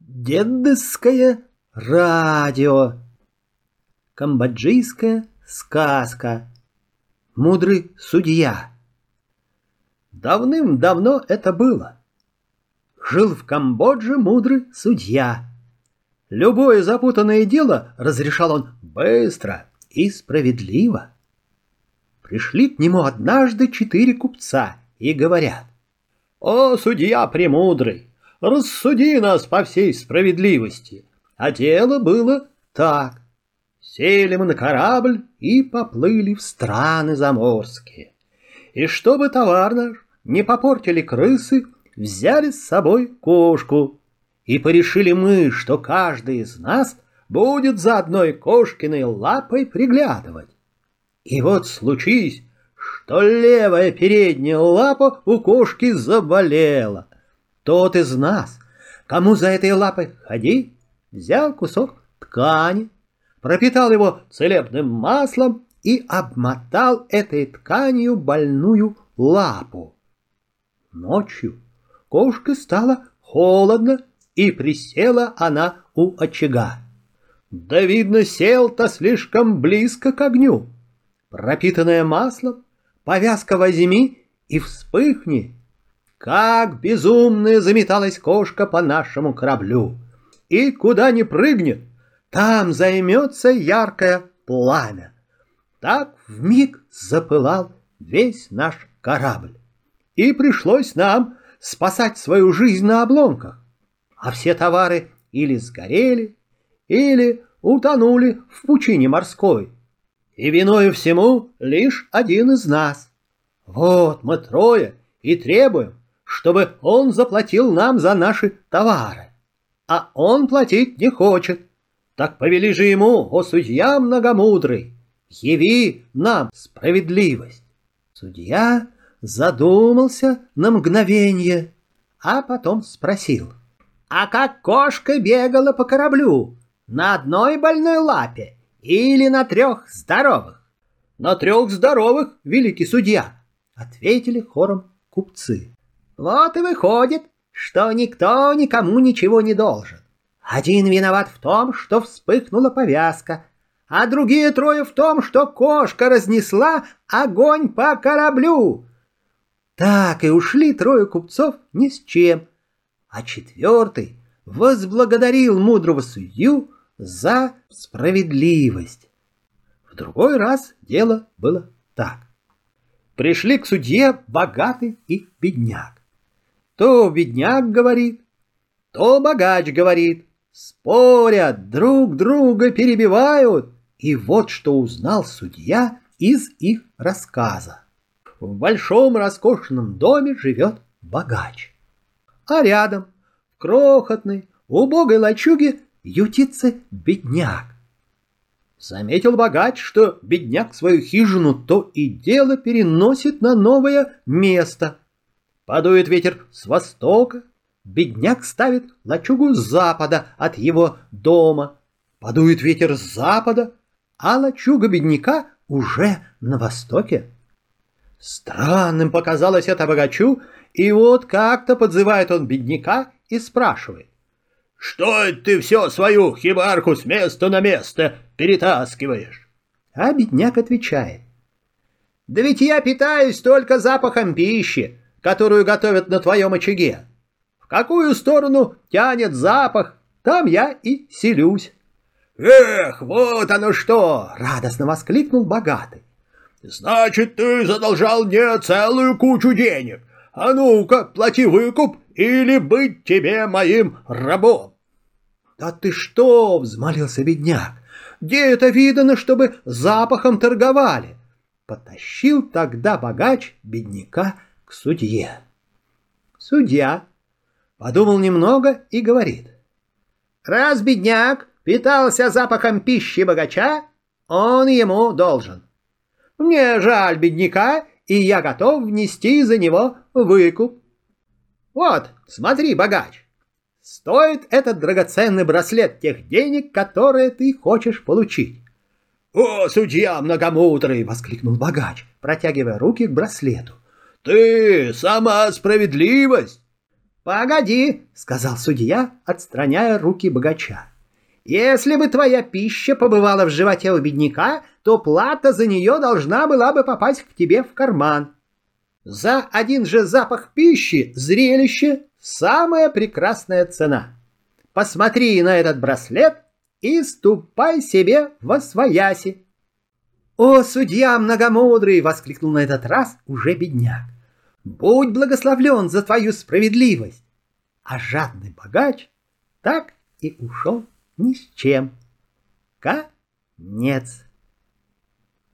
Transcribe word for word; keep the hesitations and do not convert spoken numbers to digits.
Дедовское радио. Камбоджийская сказка. Мудрый судья. Давным-давно это было. Жил в Камбодже мудрый судья. Любое запутанное дело разрешал он быстро и справедливо. Пришли к нему однажды четыре купца и говорят: «О, судья премудрый, рассуди нас по всей справедливости». А дело было так. Сели мы на корабль и поплыли в страны заморские. И чтобы товар наш не попортили крысы, взяли с собой кошку. И порешили мы, что каждый из нас будет за одной кошкиной лапой приглядывать. И вот случись, что левая передняя лапа у кошки заболела. Тот из нас, кому за этой лапой ходить, взял кусок ткани, пропитал его целебным маслом и обмотал этой тканью больную лапу. Ночью кошке стало холодно, и присела она у очага. Да, видно, сел-то слишком близко к огню. Пропитанная маслом, повязка возьми и вспыхни. Как безумная заметалась кошка по нашему кораблю. И куда ни прыгнет, там займется яркое пламя. Так вмиг запылал весь наш корабль. И пришлось нам спасать свою жизнь на обломках. А все товары или сгорели, или утонули в пучине морской. И виною всему лишь один из нас. Вот мы трое и требуем, чтобы он заплатил нам за наши товары. А он платить не хочет. Так повели же ему, о судья многомудрый, яви нам справедливость. Судья задумался на мгновенье, а потом спросил: а как кошка бегала по кораблю? На одной больной лапе или на трех здоровых? На трех здоровых, великий судья, ответили хором купцы. Вот и выходит, что никто никому ничего не должен. Один виноват в том, что вспыхнула повязка, а другие трое в том, что кошка разнесла огонь по кораблю. Так и ушли трое купцов ни с чем, а четвертый возблагодарил мудрого судью за справедливость. В другой раз дело было так. Пришли к судье богатый и бедняк. То бедняк говорит, то богач говорит, спорят, друг друга перебивают. И вот что узнал судья из их рассказа. В большом роскошном доме живет богач, а рядом, в крохотной, убогой лачуге, ютится бедняк. Заметил богач, что бедняк свою хижину то и дело переносит на новое место. Подует ветер с востока, бедняк ставит лачугу с запада от его дома. Подует ветер с запада, а лачуга бедняка уже на востоке. Странным показалось это богачу, и вот как-то подзывает он бедняка и спрашивает: «Что ты все свою хибарку с места на место перетаскиваешь?» А бедняк отвечает: «Да ведь я питаюсь только запахом пищи, которую готовят на твоем очаге. В какую сторону тянет запах, там я и селюсь». «Эх, вот оно что!» — радостно воскликнул богатый. «Значит, ты задолжал мне целую кучу денег. А ну-ка, плати выкуп, или быть тебе моим рабом». «Да ты что!» — взмолился бедняк. «Где это видано, чтобы запахом торговали?» Потащил тогда богач бедняка к судье. Судья подумал немного и говорит: «Раз бедняк питался запахом пищи богача, он ему должен. Мне жаль бедняка, и я готов внести за него выкуп. Вот, смотри, богач, стоит этот драгоценный браслет тех денег, которые ты хочешь получить». «О, судья многомудрый!» — воскликнул богач, протягивая руки к браслету. «Ты сама справедливость!» «Погоди», — сказал судья, отстраняя руки богача. «Если бы твоя пища побывала в животе у бедняка, то плата за нее должна была бы попасть к тебе в карман. За один же запах пищи, зрелище — самая прекрасная цена. Посмотри на этот браслет и ступай себе восвояси». «О, судья многомудрый!» — воскликнул на этот раз уже бедняк. «Будь благословлен за твою справедливость!» А жадный богач так и ушел ни с чем. Конец.